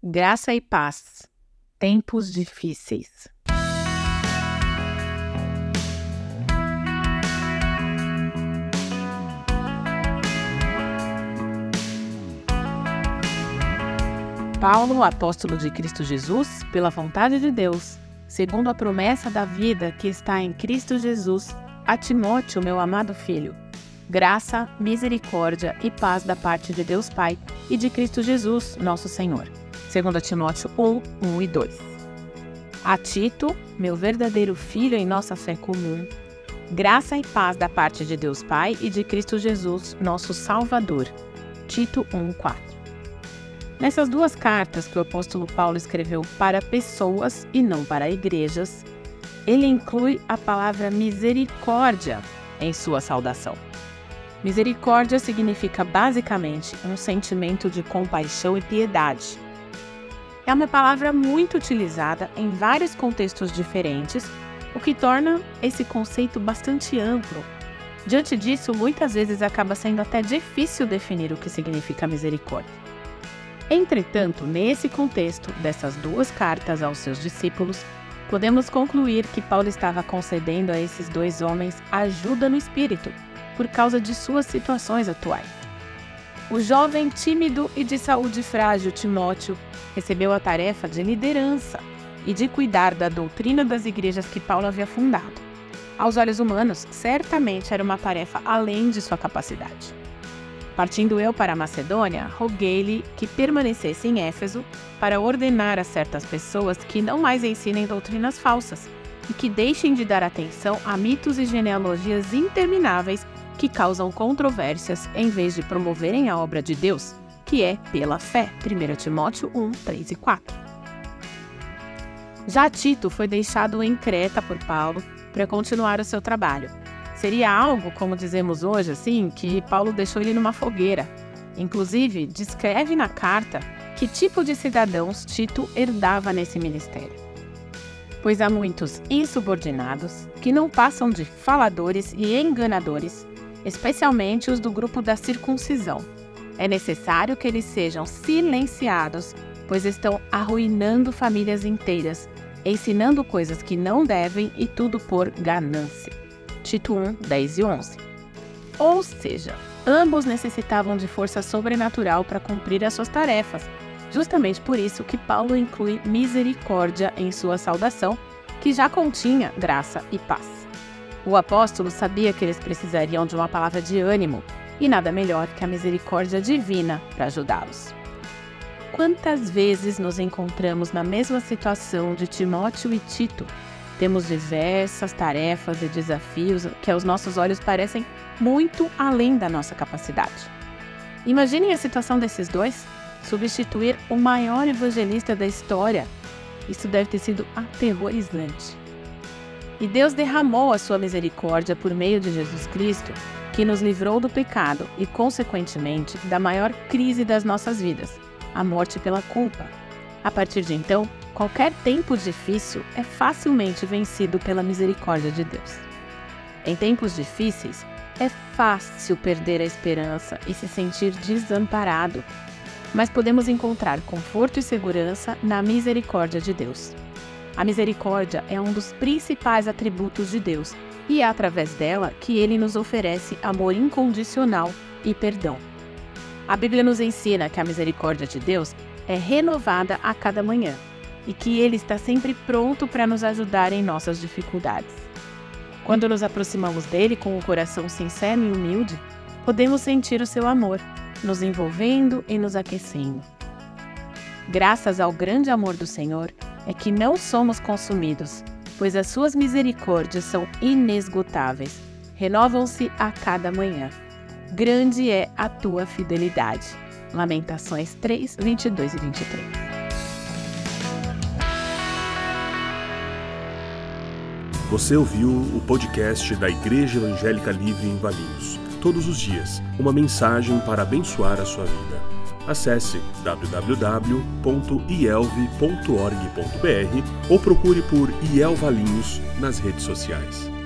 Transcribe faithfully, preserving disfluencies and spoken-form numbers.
Graça e paz. Tempos difíceis. Paulo, apóstolo de Cristo Jesus, pela vontade de Deus, segundo a promessa da vida que está em Cristo Jesus, a Timóteo, meu amado filho, graça, misericórdia e paz da parte de Deus Pai e de Cristo Jesus, nosso Senhor. segundo Timóteo um, um e dois. A Tito, meu verdadeiro filho em nossa fé comum, graça e paz da parte de Deus Pai e de Cristo Jesus, nosso Salvador. Tito um, quatro. Nessas duas cartas que o apóstolo Paulo escreveu para pessoas e não para igrejas, ele inclui a palavra misericórdia em sua saudação. Misericórdia significa basicamente um sentimento de compaixão e piedade. É uma palavra muito utilizada em vários contextos diferentes, o que torna esse conceito bastante amplo. Diante disso, muitas vezes acaba sendo até difícil definir o que significa misericórdia. Entretanto, nesse contexto dessas duas cartas aos seus discípulos, podemos concluir que Paulo estava concedendo a esses dois homens ajuda no espírito, por causa de suas situações atuais. O jovem tímido e de saúde frágil Timóteo recebeu a tarefa de liderança e de cuidar da doutrina das igrejas que Paulo havia fundado. Aos olhos humanos, certamente era uma tarefa além de sua capacidade. Partindo eu para a Macedônia, roguei-lhe que permanecesse em Éfeso para ordenar a certas pessoas que não mais ensinem doutrinas falsas e que deixem de dar atenção a mitos e genealogias intermináveis que causam controvérsias em vez de promoverem a obra de Deus, que é pela fé. primeiro Timóteo um, três e quatro. Já Tito foi deixado em Creta por Paulo para continuar o seu trabalho. Seria algo, como dizemos hoje, assim, que Paulo deixou ele numa fogueira. Inclusive, descreve na carta que tipo de cidadãos Tito herdava nesse ministério. Pois há muitos insubordinados que não passam de faladores e enganadores, especialmente os do grupo da circuncisão. É necessário que eles sejam silenciados, pois estão arruinando famílias inteiras, ensinando coisas que não devem e tudo por ganância. Tito um, dez e onze. Ou seja, ambos necessitavam de força sobrenatural para cumprir as suas tarefas. Justamente por isso que Paulo inclui misericórdia em sua saudação, que já continha graça e paz. O apóstolo sabia que eles precisariam de uma palavra de ânimo, e nada melhor que a misericórdia divina para ajudá-los. Quantas vezes nos encontramos na mesma situação de Timóteo e Tito? Temos diversas tarefas e desafios que aos nossos olhos parecem muito além da nossa capacidade. Imaginem a situação desses dois, substituir o maior evangelista da história. Isso deve ter sido aterrorizante. E Deus derramou a sua misericórdia por meio de Jesus Cristo, que nos livrou do pecado e, consequentemente, da maior crise das nossas vidas, a morte pela culpa. A partir de então, qualquer tempo difícil é facilmente vencido pela misericórdia de Deus. Em tempos difíceis, é fácil perder a esperança e se sentir desamparado, mas podemos encontrar conforto e segurança na misericórdia de Deus. A misericórdia é um dos principais atributos de Deus e é através dela que Ele nos oferece amor incondicional e perdão. A Bíblia nos ensina que a misericórdia de Deus é renovada a cada manhã e que Ele está sempre pronto para nos ajudar em nossas dificuldades. Quando nos aproximamos dele com um coração sincero e humilde, podemos sentir o seu amor, nos envolvendo e nos aquecendo. Graças ao grande amor do Senhor, é que não somos consumidos, pois as suas misericórdias são inesgotáveis, renovam-se a cada manhã. Grande é a tua fidelidade. Lamentações três, vinte e dois e vinte e três. Você ouviu o podcast da Igreja Evangélica Livre em Valinhos. Todos os dias, uma mensagem para abençoar a sua vida. Acesse w w w ponto i e l v ponto org ponto b r ou procure por I E L Valinhos nas redes sociais.